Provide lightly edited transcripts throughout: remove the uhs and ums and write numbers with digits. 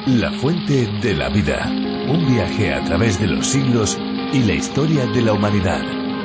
La fuente de la vida. Un viaje a través de los siglos y la historia de la humanidad.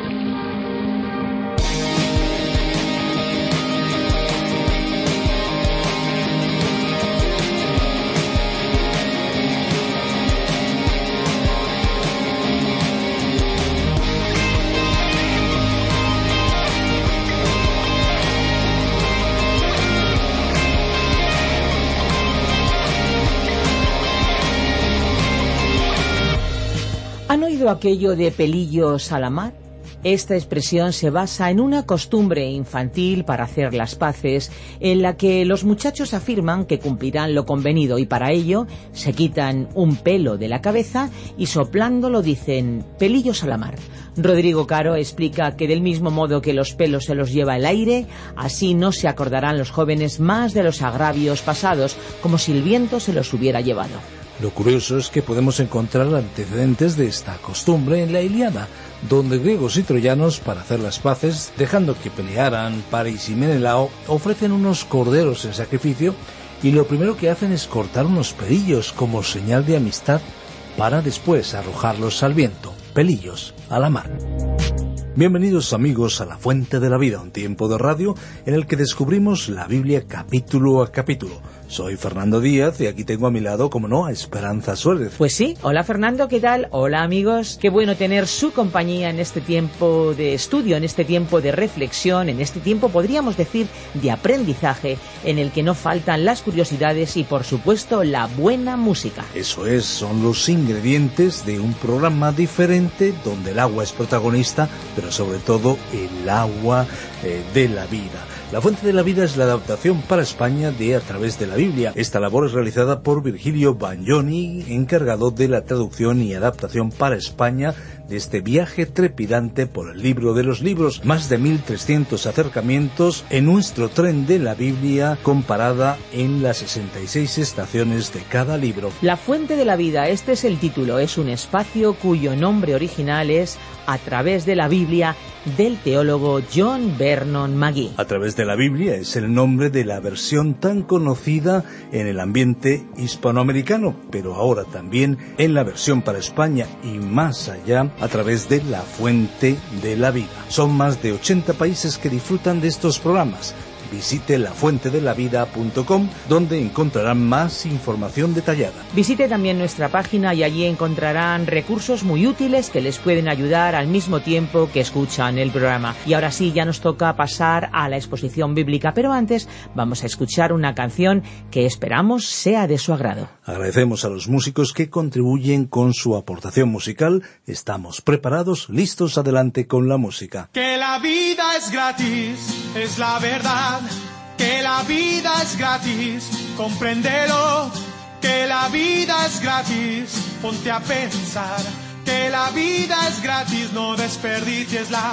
¿Han oído aquello de pelillos a la mar? Esta expresión se basa en una costumbre infantil para hacer las paces, en la que los muchachos afirman que cumplirán lo convenido y para ello se quitan un pelo de la cabeza y soplándolo dicen pelillos a la mar. Rodrigo Caro explica que del mismo modo que los pelos se los lleva el aire, así no se acordarán los jóvenes más de los agravios pasados, como si el viento se los hubiera llevado. Lo curioso es que podemos encontrar antecedentes de esta costumbre en la Ilíada, donde griegos y troyanos, para hacer las paces, dejando que pelearan, Paris y Menelao, ofrecen unos corderos en sacrificio y lo primero que hacen es cortar unos pelillos como señal de amistad para después arrojarlos al viento, pelillos a la mar. Bienvenidos amigos a La Fuente de la Vida, un tiempo de radio en el que descubrimos la Biblia capítulo a capítulo. Soy Fernando Díaz y aquí tengo a mi lado, como no, a Esperanza Suárez. Pues sí, hola Fernando, ¿qué tal? Hola amigos, qué bueno tener su compañía en este tiempo de estudio, en este tiempo de reflexión, en este tiempo, podríamos decir, de aprendizaje, en el que no faltan las curiosidades y por supuesto la buena música. Eso es, son los ingredientes de un programa diferente donde el agua es protagonista, pero sobre todo el agua de la vida. La Fuente de la Vida es la adaptación para España de A través de la Biblia. Esta labor es realizada por Virgilio Bagnoni, encargado de la traducción y adaptación para España de este viaje trepidante por el libro de los libros. Más de 1.300 acercamientos en nuestro tren de la Biblia, comparada en las 66 estaciones de cada libro. La Fuente de la Vida, este es el título, es un espacio cuyo nombre original es A través de la Biblia, del teólogo John Vernon Magee. A través de la Biblia es el nombre de la versión tan conocida en el ambiente hispanoamericano, pero ahora también en la versión para España y más allá, a través de la Fuente de la Vida. Son más de 80 países que disfrutan de estos programas. Visite lafuentedelavida.com, donde encontrarán más información detallada. Visite también nuestra página y allí encontrarán recursos muy útiles que les pueden ayudar al mismo tiempo que escuchan el programa. Y ahora sí, ya nos toca pasar a la exposición bíblica, pero antes vamos a escuchar una canción que esperamos sea de su agrado. Agradecemos a los músicos que contribuyen con su aportación musical. Estamos preparados, listos, adelante con la música. Que la vida es gratis, es la verdad. Que la vida es gratis, compréndelo. Que la vida es gratis, ponte a pensar. Que la vida es gratis, no desperdicies la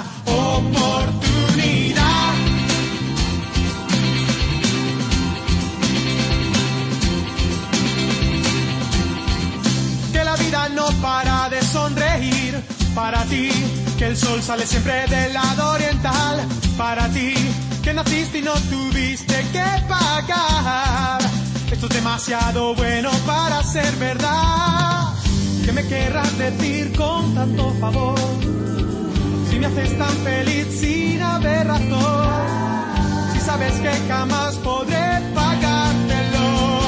oportunidad. Que la vida no para de sonreír para ti. Que el sol sale siempre del lado oriental para ti. Que naciste y no tuviste que pagar. Esto es demasiado bueno para ser verdad. ¿Qué me querrás decir con tanto favor? Si me haces tan feliz sin haber razón. Si sabes que jamás podré pagártelo.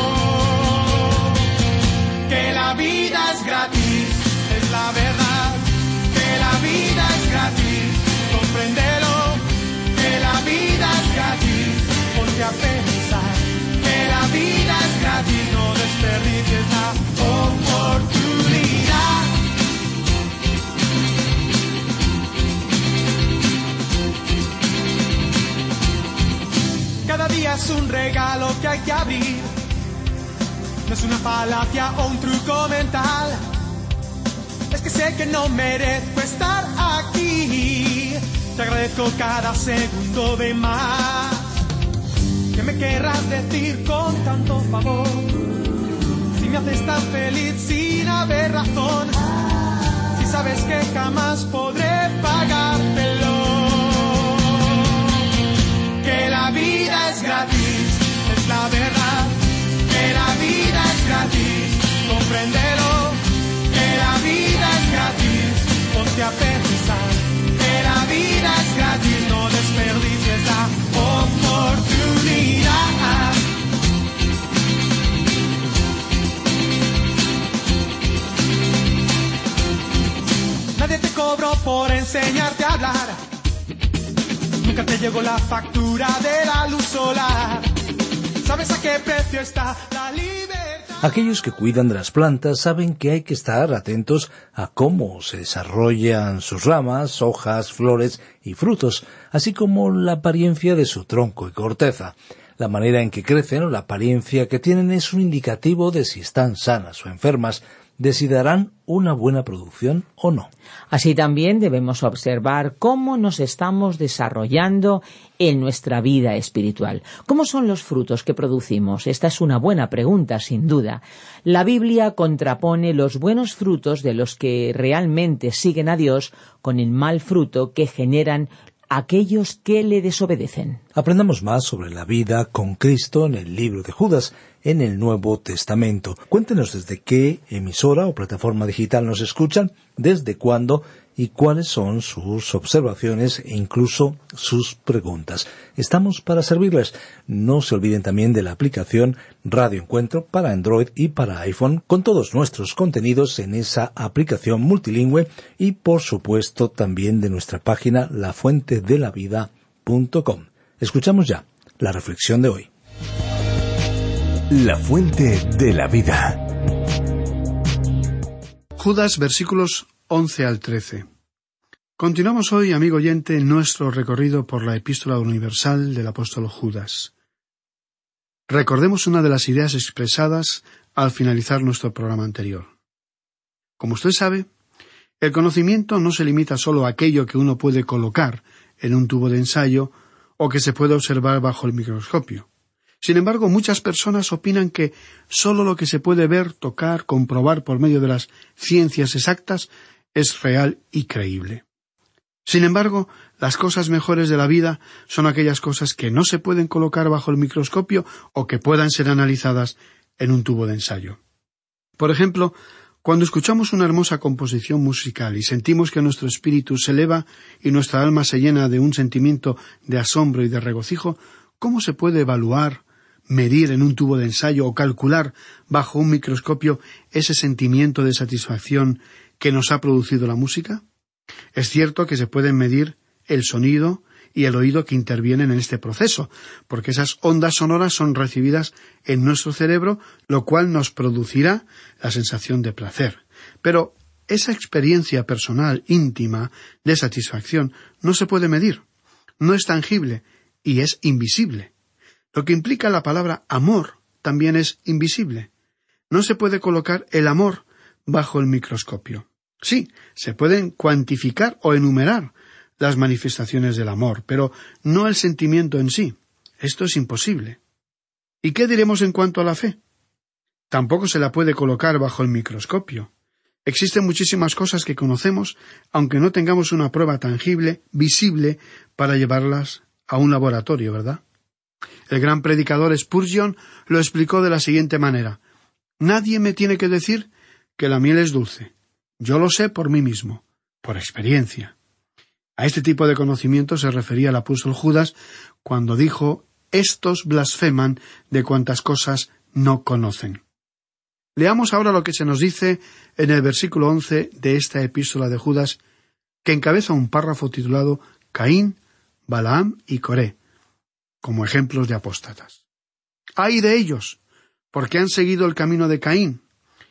Que la vida es gratis, es la verdad. Que la vida es gratis, compréndelo. Que la vida es gratis, ponte a pensar. Que la vida es gratis, no desperdicies la oportunidad. Cada día es un regalo que hay que abrir. No es una falacia o un truco mental. Es que sé que no merezco estar aquí. Te agradezco cada segundo de más. ¿Qué me querrás decir con tanto favor? Si me haces tan feliz sin haber razón. Si sabes que jamás podré pagártelo. Que la vida es gratis, es la verdad. Que la vida es gratis, enseñarte a hablar. Nunca te llegó la factura de la luz solar. ¿Sabes a qué precio está la libertad? Aquellos que cuidan de las plantas saben que hay que estar atentos a cómo se desarrollan sus ramas, hojas, flores y frutos, así como la apariencia de su tronco y corteza. La manera en que crecen o la apariencia que tienen es un indicativo de si están sanas o enfermas, de si darán una buena producción o no. Así también debemos observar cómo nos estamos desarrollando en nuestra vida espiritual. ¿Cómo son los frutos que producimos? Esta es una buena pregunta, sin duda. La Biblia contrapone los buenos frutos de los que realmente siguen a Dios con el mal fruto que generan aquellos que le desobedecen. Aprendamos más sobre la vida con Cristo en el libro de Judas, en el Nuevo Testamento. Cuéntenos desde qué emisora o plataforma digital nos escuchan, desde cuándo y cuáles son sus observaciones e incluso sus preguntas. Estamos para servirles. No se olviden también de la aplicación Radio Encuentro para Android y para iPhone, con todos nuestros contenidos en esa aplicación multilingüe y, por supuesto, también de nuestra página lafuentedelavida.com. Escuchamos ya la reflexión de hoy. La fuente de la vida. Judas, versículos 11 al 13. Continuamos hoy, amigo oyente, nuestro recorrido por la Epístola Universal del apóstol Judas. Recordemos una de las ideas expresadas al finalizar nuestro programa anterior. Como usted sabe, el conocimiento no se limita solo a aquello que uno puede colocar en un tubo de ensayo o que se puede observar bajo el microscopio. Sin embargo, muchas personas opinan que solo lo que se puede ver, tocar, comprobar por medio de las ciencias exactas es real y creíble. Sin embargo, las cosas mejores de la vida son aquellas cosas que no se pueden colocar bajo el microscopio o que puedan ser analizadas en un tubo de ensayo. Por ejemplo, cuando escuchamos una hermosa composición musical y sentimos que nuestro espíritu se eleva y nuestra alma se llena de un sentimiento de asombro y de regocijo, ¿cómo se puede evaluar, medir en un tubo de ensayo o calcular bajo un microscopio ese sentimiento de satisfacción que nos ha producido la música? Es cierto que se pueden medir el sonido y el oído que intervienen en este proceso, porque esas ondas sonoras son recibidas en nuestro cerebro, lo cual nos producirá la sensación de placer. Pero esa experiencia personal, íntima, de satisfacción, no se puede medir, no es tangible y es invisible. Lo que implica la palabra amor también es invisible. No se puede colocar el amor bajo el microscopio. Sí, se pueden cuantificar o enumerar las manifestaciones del amor, pero no el sentimiento en sí. Esto es imposible. ¿Y qué diremos en cuanto a la fe? Tampoco se la puede colocar bajo el microscopio. Existen muchísimas cosas que conocemos, aunque no tengamos una prueba tangible, visible, para llevarlas a un laboratorio, ¿verdad? El gran predicador Spurgeon lo explicó de la siguiente manera: nadie me tiene que decir que la miel es dulce. Yo lo sé por mí mismo, por experiencia. A este tipo de conocimiento se refería el apóstol Judas cuando dijo: estos blasfeman de cuantas cosas no conocen. Leamos ahora lo que se nos dice en el versículo 11 de esta epístola de Judas, que encabeza un párrafo titulado Caín, Balaam y Coré, como ejemplos de apóstatas. ¡Ay de ellos! Porque han seguido el camino de Caín,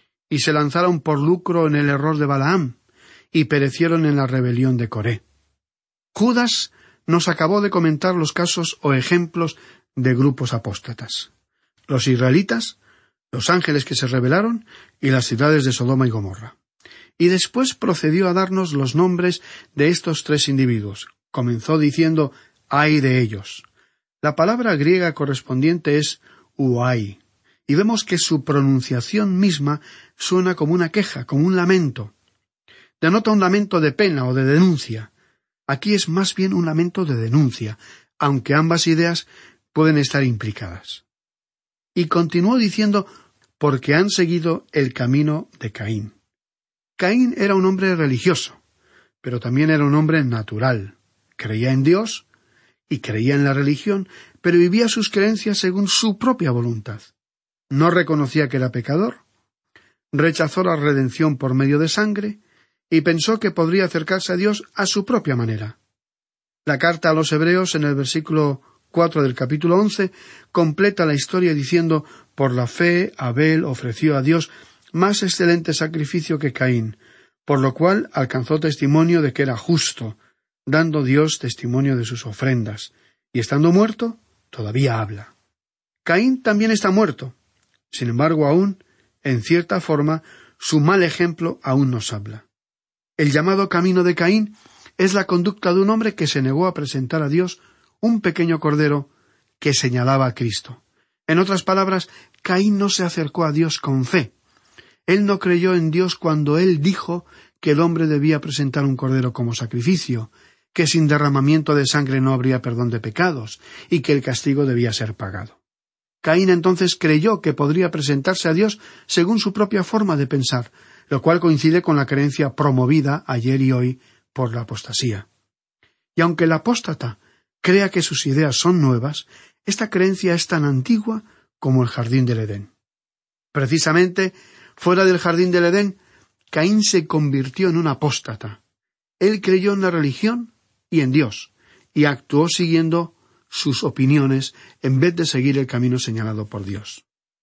y se lanzaron por lucro en el error de Balaam, y perecieron en la rebelión de Coré. Judas nos acabó de comentar los casos o ejemplos de grupos apóstatas: los israelitas, los ángeles que se rebelaron y las ciudades de Sodoma y Gomorra. Y después procedió a darnos los nombres de estos tres individuos. Comenzó diciendo: ¡ay de ellos! La palabra griega correspondiente es uai, y vemos que su pronunciación misma suena como una queja, como un lamento. Denota un lamento de pena o de denuncia. Aquí es más bien un lamento de denuncia, aunque ambas ideas pueden estar implicadas. Y continuó diciendo: porque han seguido el camino de Caín. Caín era un hombre religioso, pero también era un hombre natural. Creía en Dios y creía en la religión, pero vivía sus creencias según su propia voluntad. No reconocía que era pecador, rechazó la redención por medio de sangre y pensó que podría acercarse a Dios a su propia manera. La carta a los Hebreos, en el versículo 4 del capítulo 11, completa la historia diciendo: por la fe Abel ofreció a Dios más excelente sacrificio que Caín, por lo cual alcanzó testimonio de que era justo, dando Dios testimonio de sus ofrendas, y estando muerto, todavía habla. Caín también está muerto. Sin embargo, aún, en cierta forma, su mal ejemplo aún nos habla. El llamado camino de Caín es la conducta de un hombre que se negó a presentar a Dios un pequeño cordero que señalaba a Cristo. En otras palabras, Caín no se acercó a Dios con fe. Él no creyó en Dios cuando Él dijo que el hombre debía presentar un cordero como sacrificio, que sin derramamiento de sangre no habría perdón de pecados, y que el castigo debía ser pagado. Caín entonces creyó que podría presentarse a Dios según su propia forma de pensar, lo cual coincide con la creencia promovida ayer y hoy por la apostasía. Y aunque el apóstata crea que sus ideas son nuevas, esta creencia es tan antigua como el jardín del Edén. Precisamente, fuera del jardín del Edén, Caín se convirtió en un apóstata. Él creyó en la religión y en Dios, y actuó siguiendo sus opiniones en vez de seguir el camino señalado por Dios.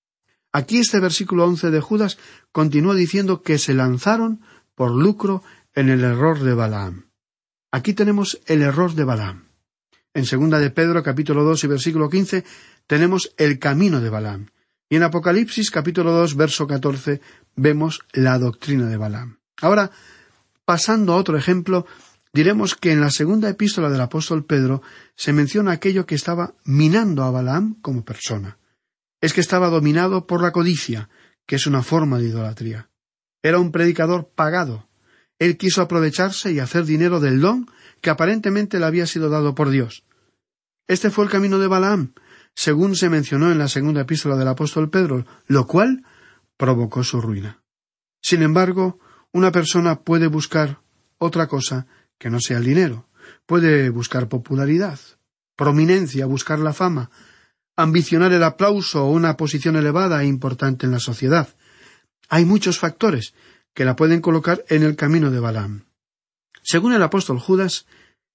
Aquí este versículo 11 de Judas continúa diciendo que se lanzaron por lucro en el error de Balaam. Aquí tenemos el error de Balaam. En 2 de Pedro, capítulo 2 y versículo 15, tenemos el camino de Balaam. Y en Apocalipsis, capítulo 2, verso 14, vemos la doctrina de Balaam. Ahora, pasando a otro ejemplo, diremos que en la segunda epístola del apóstol Pedro se menciona aquello que estaba minando a Balaam como persona. Es que estaba dominado por la codicia, que es una forma de idolatría. Era un predicador pagado. Él quiso aprovecharse y hacer dinero del don que aparentemente le había sido dado por Dios. Este fue el camino de Balaam, según se mencionó en la segunda epístola del apóstol Pedro, lo cual provocó su ruina. Sin embargo, una persona puede buscar otra cosa que no sea el dinero. Puede buscar popularidad, prominencia, buscar la fama, ambicionar el aplauso o una posición elevada e importante en la sociedad. Hay muchos factores que la pueden colocar en el camino de Balaam. Según el apóstol Judas,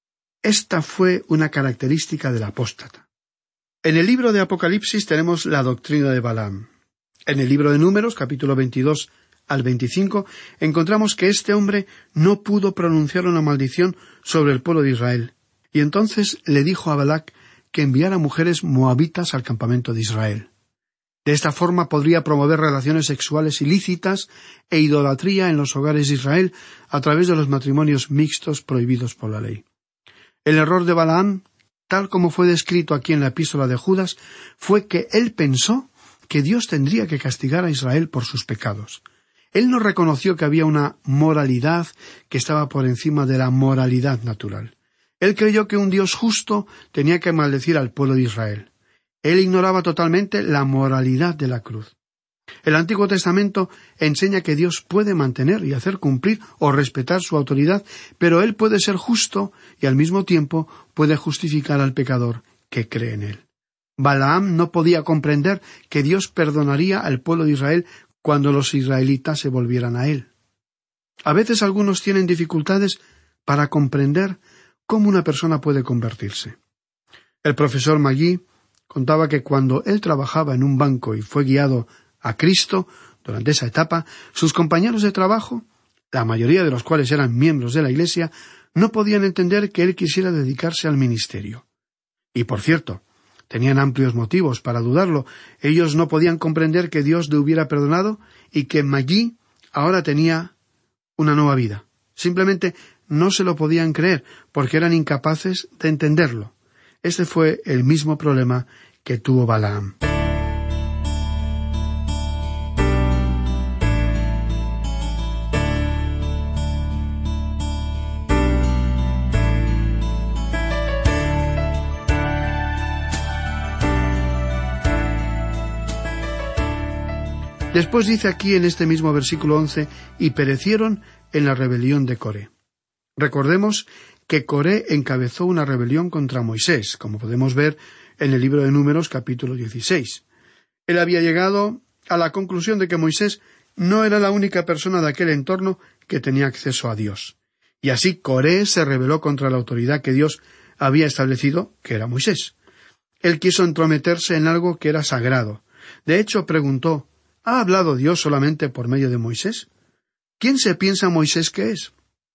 esta fue una característica del apóstata. En el libro de Apocalipsis tenemos la doctrina de Balaam. En el libro de Números, capítulo 22 al 25, encontramos que este hombre no pudo pronunciar una maldición sobre el pueblo de Israel, y entonces le dijo a Balac que enviara mujeres moabitas al campamento de Israel. De esta forma podría promover relaciones sexuales ilícitas e idolatría en los hogares de Israel a través de los matrimonios mixtos prohibidos por la ley. El error de Balaam, tal como fue descrito aquí en la epístola de Judas, fue que él pensó que Dios tendría que castigar a Israel por sus pecados. Él no reconoció que había una moralidad que estaba por encima de la moralidad natural. Él creyó que un Dios justo tenía que maldecir al pueblo de Israel. Él ignoraba totalmente la moralidad de la cruz. El Antiguo Testamento enseña que Dios puede mantener y hacer cumplir o respetar su autoridad, pero Él puede ser justo y al mismo tiempo puede justificar al pecador que cree en Él. Balaam no podía comprender que Dios perdonaría al pueblo de Israel cuando los israelitas se volvieran a Él. A veces algunos tienen dificultades para comprender cómo una persona puede convertirse. El profesor Magui contaba que cuando él trabajaba en un banco y fue guiado a Cristo durante esa etapa, sus compañeros de trabajo, la mayoría de los cuales eran miembros de la Iglesia, no podían entender que él quisiera dedicarse al ministerio. Y por cierto, tenían amplios motivos para dudarlo. Ellos no podían comprender que Dios le hubiera perdonado y que Magui ahora tenía una nueva vida. Simplemente no se lo podían creer porque eran incapaces de entenderlo. Este fue el mismo problema que tuvo Balaam. Después dice aquí en este mismo versículo 11, y perecieron en la rebelión de Coré. Recordemos que Coré encabezó una rebelión contra Moisés, como podemos ver en el libro de Números capítulo 16. Él había llegado a la conclusión de que Moisés no era la única persona de aquel entorno que tenía acceso a Dios. Y así Coré se rebeló contra la autoridad que Dios había establecido, que era Moisés. Él quiso entrometerse en algo que era sagrado. De hecho, preguntó, ¿ha hablado Dios solamente por medio de Moisés? ¿Quién se piensa Moisés que es?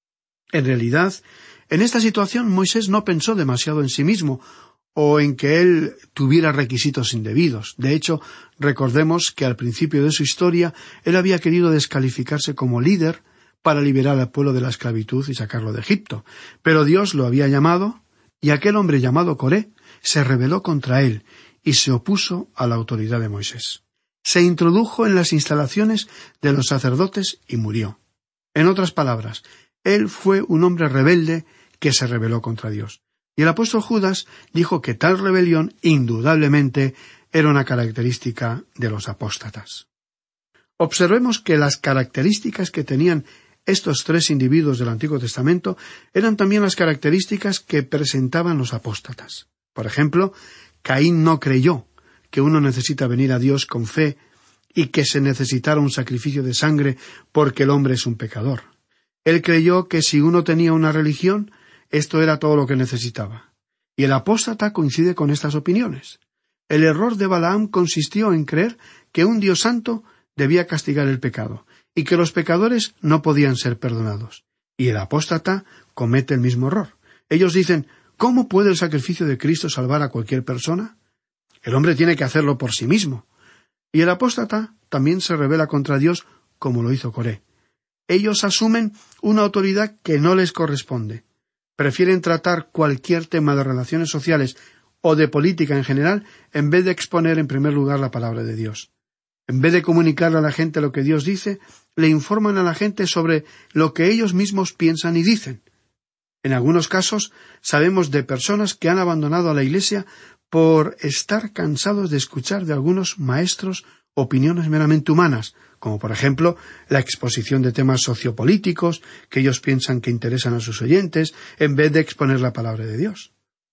En realidad, en esta situación Moisés no pensó demasiado en sí mismo, o en que él tuviera requisitos indebidos. De hecho, recordemos que al principio de su historia, él había querido descalificarse como líder para liberar al pueblo de la esclavitud y sacarlo de Egipto. Pero Dios lo había llamado, y aquel hombre llamado Coré se rebeló contra él y se opuso a la autoridad de Moisés. Se introdujo en las instalaciones de los sacerdotes y murió. En otras palabras, él fue un hombre rebelde que se rebeló contra Dios. Y el apóstol Judas dijo que tal rebelión, indudablemente, era una característica de los apóstatas. Observemos que las características que tenían estos tres individuos del Antiguo Testamento eran también las características que presentaban los apóstatas. Por ejemplo, Caín no creyó que uno necesita venir a Dios con fe y que se necesitara un sacrificio de sangre porque el hombre es un pecador. Él creyó que si uno tenía una religión, esto era todo lo que necesitaba. Y el apóstata coincide con estas opiniones. El error de Balaam consistió en creer que un Dios santo debía castigar el pecado, y que los pecadores no podían ser perdonados. Y el apóstata comete el mismo error. Ellos dicen, ¿cómo puede el sacrificio de Cristo salvar a cualquier persona? El hombre tiene que hacerlo por sí mismo. Y el apóstata también se rebela contra Dios, como lo hizo Coré. Ellos asumen una autoridad que no les corresponde. Prefieren tratar cualquier tema de relaciones sociales o de política en general en vez de exponer en primer lugar la palabra de Dios. En vez de comunicarle a la gente lo que Dios dice, le informan a la gente sobre lo que ellos mismos piensan y dicen. En algunos casos sabemos de personas que han abandonado a la Iglesia por estar cansados de escuchar de algunos maestros opiniones meramente humanas, como por ejemplo la exposición de temas sociopolíticos que ellos piensan que interesan a sus oyentes, en vez de exponer la palabra de Dios.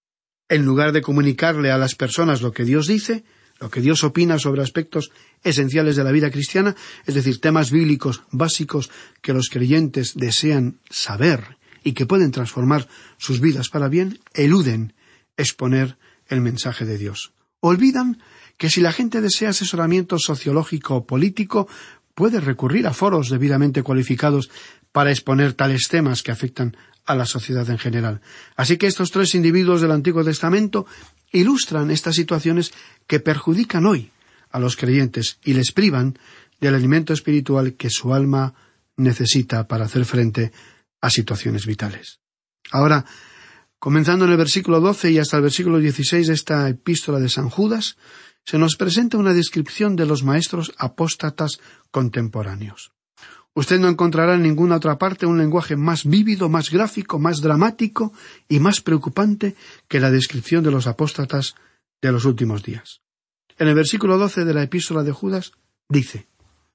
En lugar de comunicarle a las personas lo que Dios dice, lo que Dios opina sobre aspectos esenciales de la vida cristiana, es decir, temas bíblicos básicos que los creyentes desean saber y que pueden transformar sus vidas para bien, eluden exponer el mensaje de Dios. Olvidan que si la gente desea asesoramiento sociológico o político, puede recurrir a foros debidamente cualificados para exponer tales temas que afectan a la sociedad en general. Así que estos tres individuos del Antiguo Testamento ilustran estas situaciones que perjudican hoy a los creyentes y les privan del alimento espiritual que su alma necesita para hacer frente a situaciones vitales. Ahora, comenzando en el versículo 12 y hasta el versículo 16 de esta epístola de San Judas, se nos presenta una descripción de los maestros apóstatas contemporáneos. Usted no encontrará en ninguna otra parte un lenguaje más vívido, más gráfico, más dramático y más preocupante que la descripción de los apóstatas de los últimos días. En el versículo 12 de la epístola de Judas dice: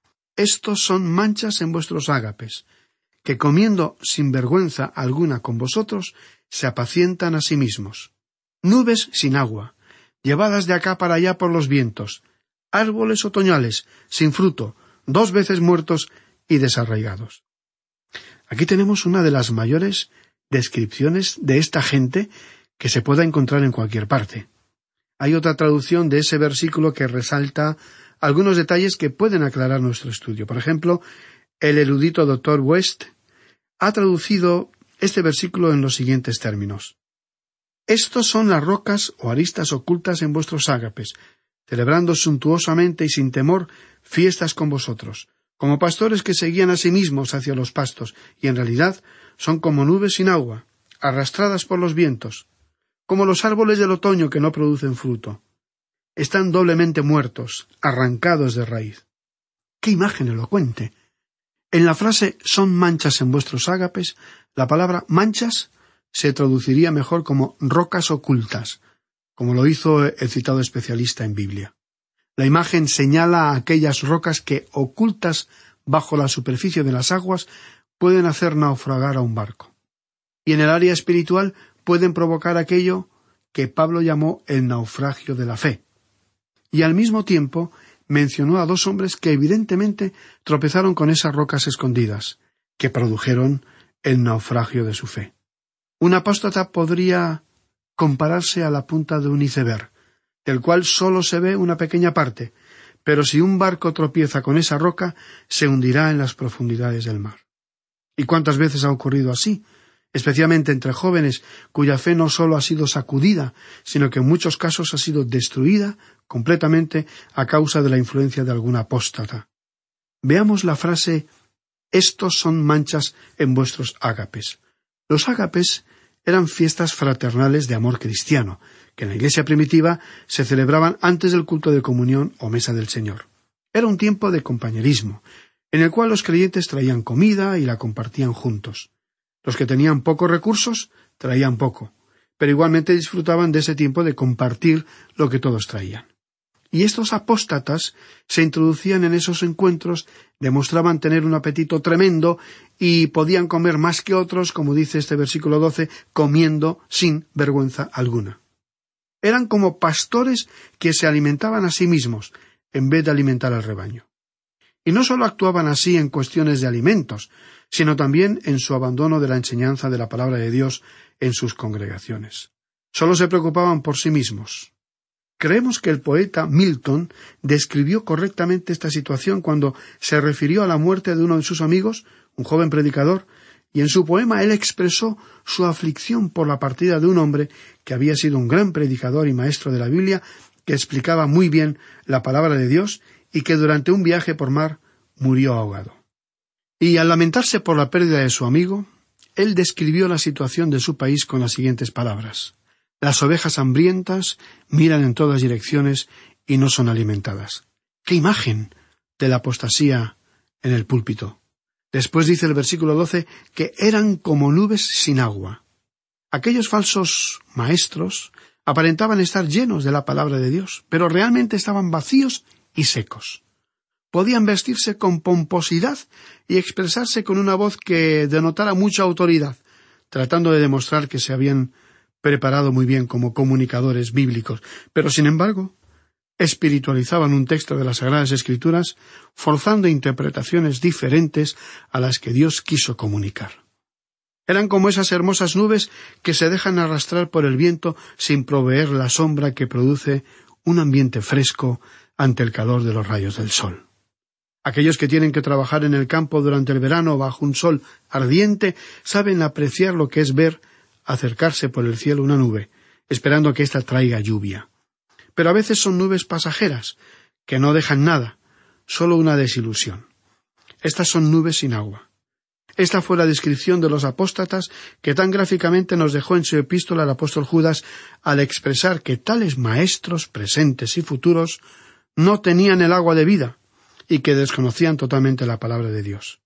«Estos son manchas en vuestros ágapes, que comiendo sin vergüenza alguna con vosotros, se apacientan a sí mismos. Nubes sin agua, llevadas de acá para allá por los vientos, árboles otoñales, sin fruto, 2 veces muertos y desarraigados». Aquí tenemos una de las mayores descripciones de esta gente que se pueda encontrar en cualquier parte. Hay otra traducción de ese versículo que resalta algunos detalles que pueden aclarar nuestro estudio. Por ejemplo, el erudito Dr. West ha traducido este versículo en los siguientes términos: «Estos son las rocas o aristas ocultas en vuestros ágapes, celebrando suntuosamente y sin temor fiestas con vosotros, como pastores que se guían a sí mismos hacia los pastos, y en realidad son como nubes sin agua, arrastradas por los vientos, como los árboles del otoño que no producen fruto. Están doblemente muertos, arrancados de raíz». ¡Qué imagen elocuente! En la frase «son manchas en vuestros ágapes», la palabra manchas se traduciría mejor como rocas ocultas, como lo hizo el citado especialista en Biblia. La imagen señala a aquellas rocas que, ocultas bajo la superficie de las aguas, pueden hacer naufragar a un barco. Y en el área espiritual pueden provocar aquello que Pablo llamó el naufragio de la fe. Y al mismo tiempo mencionó a 2 hombres que evidentemente tropezaron con esas rocas escondidas, que produjeron el naufragio de su fe. Un apóstata podría compararse a la punta de un iceberg, del cual sólo se ve una pequeña parte, pero si un barco tropieza con esa roca, se hundirá en las profundidades del mar. ¿Y cuántas veces ha ocurrido así? Especialmente entre jóvenes cuya fe no sólo ha sido sacudida, sino que en muchos casos ha sido destruida completamente a causa de la influencia de algún apóstata. Veamos la frase: «Estos son manchas en vuestros ágapes». Los ágapes eran fiestas fraternales de amor cristiano, que en la iglesia primitiva se celebraban antes del culto de comunión o mesa del Señor. Era un tiempo de compañerismo, en el cual los creyentes traían comida y la compartían juntos. Los que tenían pocos recursos traían poco, pero igualmente disfrutaban de ese tiempo de compartir lo que todos traían. Y estos apóstatas se introducían en esos encuentros, demostraban tener un apetito tremendo y podían comer más que otros, como dice este versículo 12, comiendo sin vergüenza alguna. Eran como pastores que se alimentaban a sí mismos, en vez de alimentar al rebaño. Y no sólo actuaban así en cuestiones de alimentos, sino también en su abandono de la enseñanza de la palabra de Dios en sus congregaciones. Sólo se preocupaban por sí mismos. Creemos que el poeta Milton describió correctamente esta situación cuando se refirió a la muerte de uno de sus amigos, un joven predicador, y en su poema él expresó su aflicción por la partida de un hombre que había sido un gran predicador y maestro de la Biblia, que explicaba muy bien la palabra de Dios y que durante un viaje por mar murió ahogado. Y al lamentarse por la pérdida de su amigo, él describió la situación de su país con las siguientes palabras: «Las ovejas hambrientas miran en todas direcciones y no son alimentadas». ¡Qué imagen de la apostasía en el púlpito! Después dice el versículo 12 que eran como nubes sin agua. Aquellos falsos maestros aparentaban estar llenos de la palabra de Dios, pero realmente estaban vacíos y secos. Podían vestirse con pomposidad y expresarse con una voz que denotara mucha autoridad, tratando de demostrar que se habían preparado muy bien como comunicadores bíblicos, pero sin embargo espiritualizaban un texto de las Sagradas Escrituras, forzando interpretaciones diferentes a las que Dios quiso comunicar. Eran como esas hermosas nubes que se dejan arrastrar por el viento sin proveer la sombra que produce un ambiente fresco ante el calor de los rayos del sol. Aquellos que tienen que trabajar en el campo durante el verano bajo un sol ardiente saben apreciar lo que es ver acercarse por el cielo una nube, esperando que ésta traiga lluvia. Pero a veces son nubes pasajeras, que no dejan nada, solo una desilusión. Estas son nubes sin agua. Esta fue la descripción de los apóstatas que tan gráficamente nos dejó en su epístola el apóstol Judas al expresar que tales maestros presentes y futuros no tenían el agua de vida y que desconocían totalmente la palabra de Dios.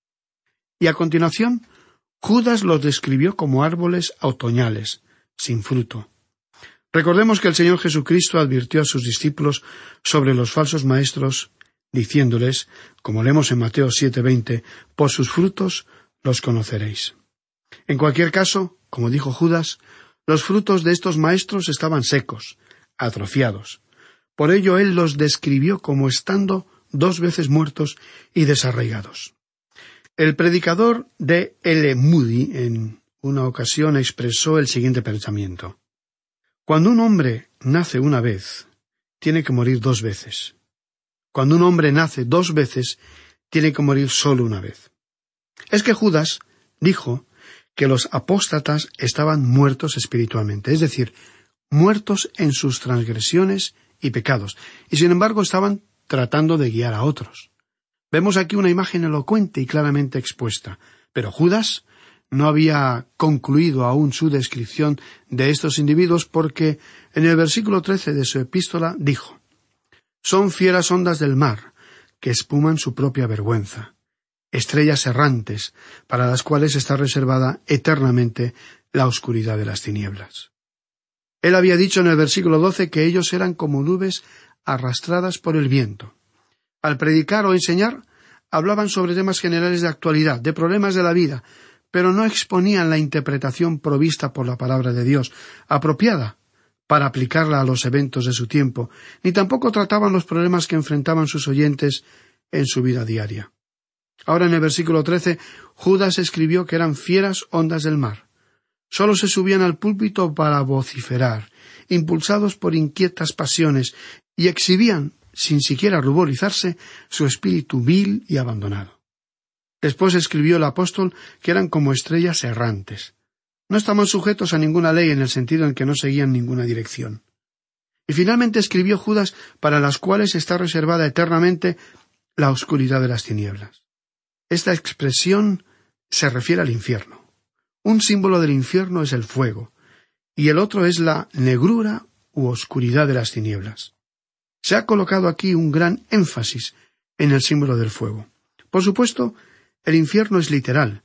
Y a continuación, Judas los describió como árboles otoñales, sin fruto. Recordemos que el Señor Jesucristo advirtió a sus discípulos sobre los falsos maestros, diciéndoles, como leemos en Mateo 7:20, «Por sus frutos los conoceréis». En cualquier caso, como dijo Judas, los frutos de estos maestros estaban secos, atrofiados. Por ello él los describió como estando 2 veces muertos y desarraigados. El predicador D. L. Moody en una ocasión expresó el siguiente pensamiento: cuando un hombre nace una vez, tiene que morir 2 veces. Cuando un hombre nace 2 veces, tiene que morir solo una vez. Es que Judas dijo que los apóstatas estaban muertos espiritualmente, es decir, muertos en sus transgresiones y pecados, y sin embargo estaban tratando de guiar a otros. Vemos aquí una imagen elocuente y claramente expuesta, pero Judas no había concluido aún su descripción de estos individuos porque en el versículo 13 de su epístola dijo: «Son fieras ondas del mar, que espuman su propia vergüenza, estrellas errantes, para las cuales está reservada eternamente la oscuridad de las tinieblas». Él había dicho en el versículo 12 que ellos eran como nubes arrastradas por el viento. Al predicar o enseñar, hablaban sobre temas generales de actualidad, de problemas de la vida, pero no exponían la interpretación provista por la palabra de Dios, apropiada para aplicarla a los eventos de su tiempo, ni tampoco trataban los problemas que enfrentaban sus oyentes en su vida diaria. Ahora en el versículo 13, Judas escribió que eran fieras ondas del mar. Sólo se subían al púlpito para vociferar, impulsados por inquietas pasiones, y exhibían, sin siquiera ruborizarse, su espíritu vil y abandonado. Después escribió el apóstol que eran como estrellas errantes. No estaban sujetos a ninguna ley en el sentido en que no seguían ninguna dirección. Y finalmente escribió Judas para las cuales está reservada eternamente la oscuridad de las tinieblas. Esta expresión se refiere al infierno. Un símbolo del infierno es el fuego, y el otro es la negrura u oscuridad de las tinieblas. Se ha colocado aquí un gran énfasis en el símbolo del fuego. Por supuesto, el infierno es literal,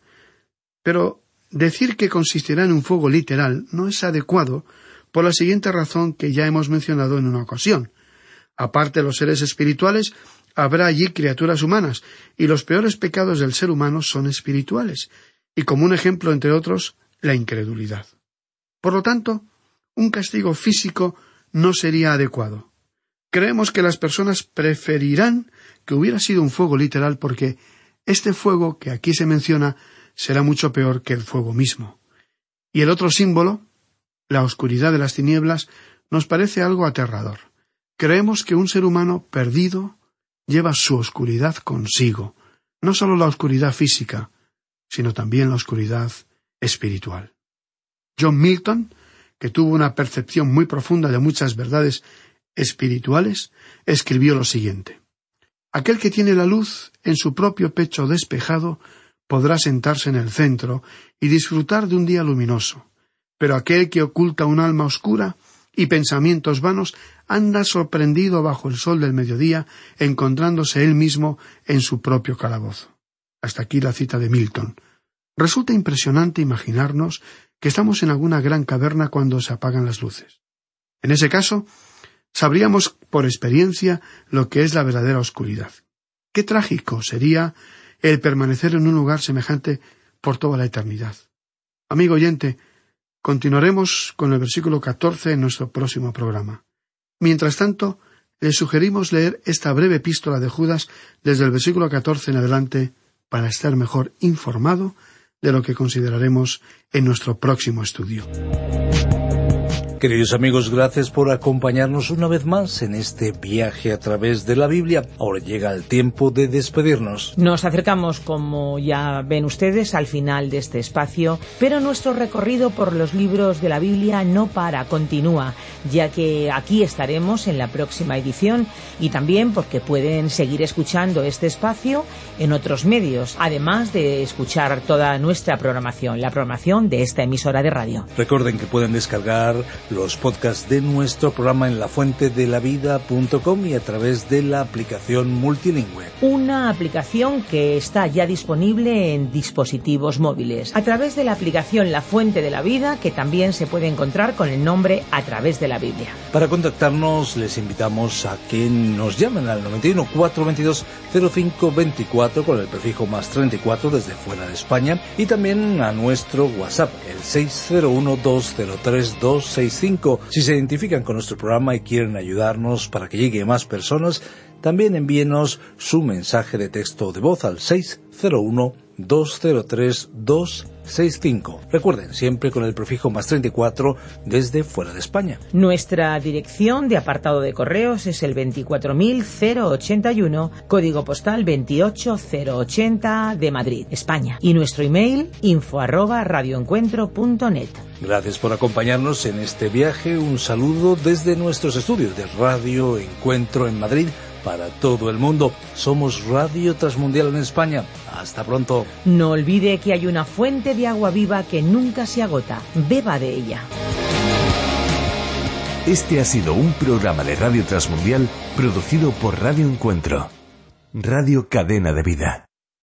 pero decir que consistirá en un fuego literal no es adecuado por la siguiente razón que ya hemos mencionado en una ocasión. Aparte de los seres espirituales, habrá allí criaturas humanas, y los peores pecados del ser humano son espirituales, y como un ejemplo, entre otros, la incredulidad. Por lo tanto, un castigo físico no sería adecuado. Creemos que las personas preferirán que hubiera sido un fuego literal porque este fuego que aquí se menciona será mucho peor que el fuego mismo. Y el otro símbolo, la oscuridad de las tinieblas, nos parece algo aterrador. Creemos que un ser humano perdido lleva su oscuridad consigo, no solo la oscuridad física, sino también la oscuridad espiritual. John Milton, que tuvo una percepción muy profunda de muchas verdades espirituales, escribió lo siguiente: aquel que tiene la luz en su propio pecho despejado podrá sentarse en el centro y disfrutar de un día luminoso, pero aquel que oculta un alma oscura y pensamientos vanos anda sorprendido bajo el sol del mediodía, encontrándose él mismo en su propio calabozo. Hasta aquí la cita de Milton. Resulta impresionante imaginarnos que estamos en alguna gran caverna cuando se apagan las luces. En ese caso, sabríamos por experiencia lo que es la verdadera oscuridad. Qué trágico sería el permanecer en un lugar semejante por toda la eternidad. Amigo oyente, continuaremos con el versículo 14 en nuestro próximo programa. Mientras tanto, le sugerimos leer esta breve epístola de Judas desde el versículo 14 en adelante para estar mejor informado de lo que consideraremos en nuestro próximo estudio. Queridos amigos, gracias por acompañarnos una vez más en este viaje a través de la Biblia. Ahora llega el tiempo de despedirnos. Nos acercamos, como ya ven ustedes, al final de este espacio, pero nuestro recorrido por los libros de la Biblia no para, continúa, ya que aquí estaremos en la próxima edición y también porque pueden seguir escuchando este espacio en otros medios, además de escuchar toda nuestra programación, la programación de esta emisora de radio. Recuerden que pueden descargar los podcasts de nuestro programa en lafuentedelavida.com y a través de la aplicación multilingüe. Una aplicación que está ya disponible en dispositivos móviles, a través de la aplicación La Fuente de la Vida, que también se puede encontrar con el nombre A Través de la Biblia. Para contactarnos les invitamos a que nos llamen al 91 422 0524 con el prefijo más 34 desde fuera de España, y también a nuestro WhatsApp, el 601 203 265. Si se identifican con nuestro programa y quieren ayudarnos para que llegue a más personas, también envíenos su mensaje de texto de voz al 601 203 265. Recuerden, siempre con el prefijo más 34 desde fuera de España. Nuestra dirección de apartado de correos es el 24081, código postal 28080 de Madrid, España. Y nuestro email info@radioencuentro.net. Gracias por acompañarnos en este viaje. Un saludo desde nuestros estudios de Radio Encuentro en Madrid para todo el mundo. Somos Radio Transmundial en España. Hasta pronto. No olvide que hay una fuente de agua viva que nunca se agota. Beba de ella. Este ha sido un programa de Radio Transmundial producido por Radio Encuentro, Radio Cadena de Vida.